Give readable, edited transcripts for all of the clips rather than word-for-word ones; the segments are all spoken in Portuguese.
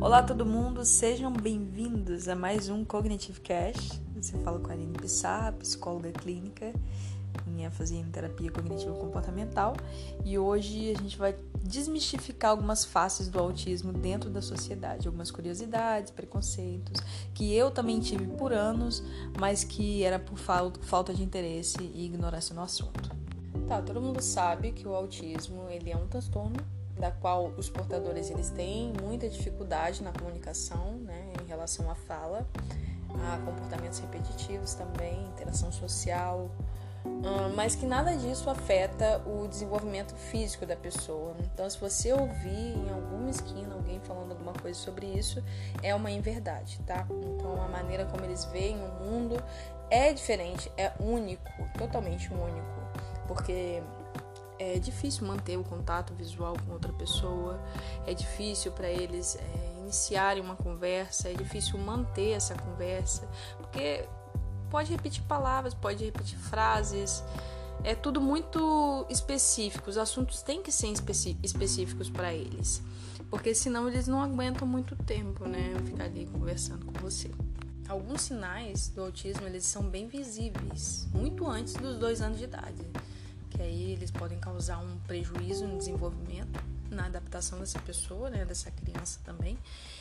Olá todo mundo, sejam bem-vindos a mais um Cognitive Cast. Você fala com a Aline Pissar, psicóloga clínica em ênfase em terapia cognitivo-comportamental, e hoje a gente vai desmistificar algumas faces do autismo dentro da sociedade, algumas curiosidades, preconceitos que eu também tive por anos, mas que era por falta de interesse e ignorância no assunto. Todo mundo sabe que o autismo ele é um transtorno da qual os portadores eles têm muita dificuldade na comunicação, né, em relação à fala, a comportamentos repetitivos também, interação social, mas que nada disso afeta o desenvolvimento físico da pessoa. Então, se você ouvir em alguma esquina alguém falando alguma coisa sobre isso, é uma inverdade, tá? Então, a maneira como eles veem o mundo é diferente, é único, totalmente único, porque é difícil manter o contato visual com outra pessoa, é difícil para eles iniciarem uma conversa, é difícil manter essa conversa, porque pode repetir palavras, pode repetir frases, é tudo muito específico, os assuntos têm que ser específicos para eles, porque senão eles não aguentam muito tempo, né, ficar ali conversando com você. Alguns sinais do autismo, eles são bem visíveis, muito antes dos 2 anos de idade, que aí eles podem causar um prejuízo no desenvolvimento, na adaptação dessa pessoa, né, dessa criança também.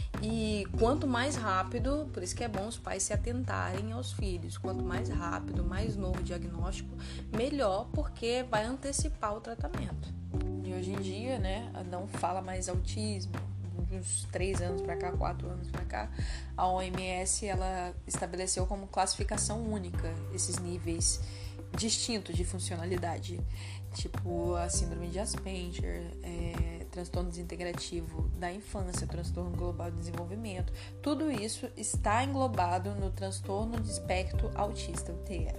E quanto mais rápido, por isso que é bom os pais se atentarem aos filhos, quanto mais rápido, mais novo o diagnóstico, melhor, porque vai antecipar o tratamento. E hoje em dia, né, não fala mais autismo. Uns 3 anos para cá, 4 anos para cá, a OMS ela estabeleceu como classificação única esses níveis distintos de funcionalidade, tipo a síndrome de Asperger, transtorno desintegrativo da infância, transtorno global de desenvolvimento. Tudo isso está englobado no transtorno de espectro autista, o TEA.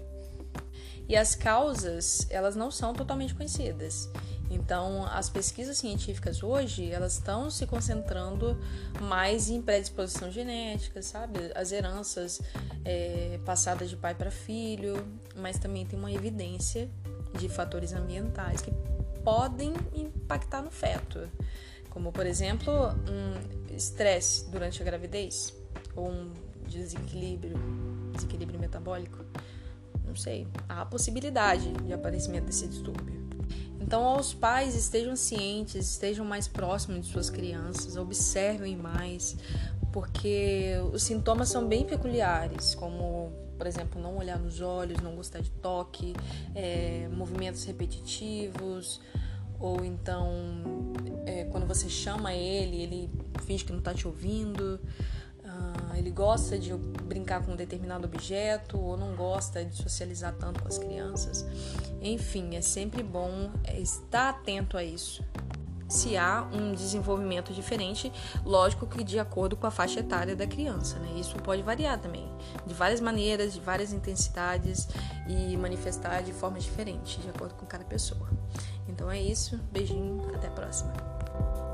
E as causas, elas não são totalmente conhecidas. Então, as pesquisas científicas hoje, elas estão se concentrando mais em predisposição genética, sabe? As heranças passadas de pai para filho, mas também tem uma evidência de fatores ambientais que podem impactar no feto, como, por exemplo, um estresse durante a gravidez ou um desequilíbrio metabólico. Não sei, há a possibilidade de aparecimento desse distúrbio. Então, aos pais, estejam cientes, estejam mais próximos de suas crianças, observem mais, porque os sintomas são bem peculiares, como, por exemplo, não olhar nos olhos, não gostar de toque, movimentos repetitivos, ou então, quando você chama ele finge que não está te ouvindo. Ele gosta de brincar com um determinado objeto ou não gosta de socializar tanto com as crianças. Enfim, é sempre bom estar atento a isso. Se há um desenvolvimento diferente, lógico que de acordo com a faixa etária da criança, né? Isso pode variar também, de várias maneiras, de várias intensidades e manifestar de forma diferente, de acordo com cada pessoa. Então é isso, beijinho, até a próxima.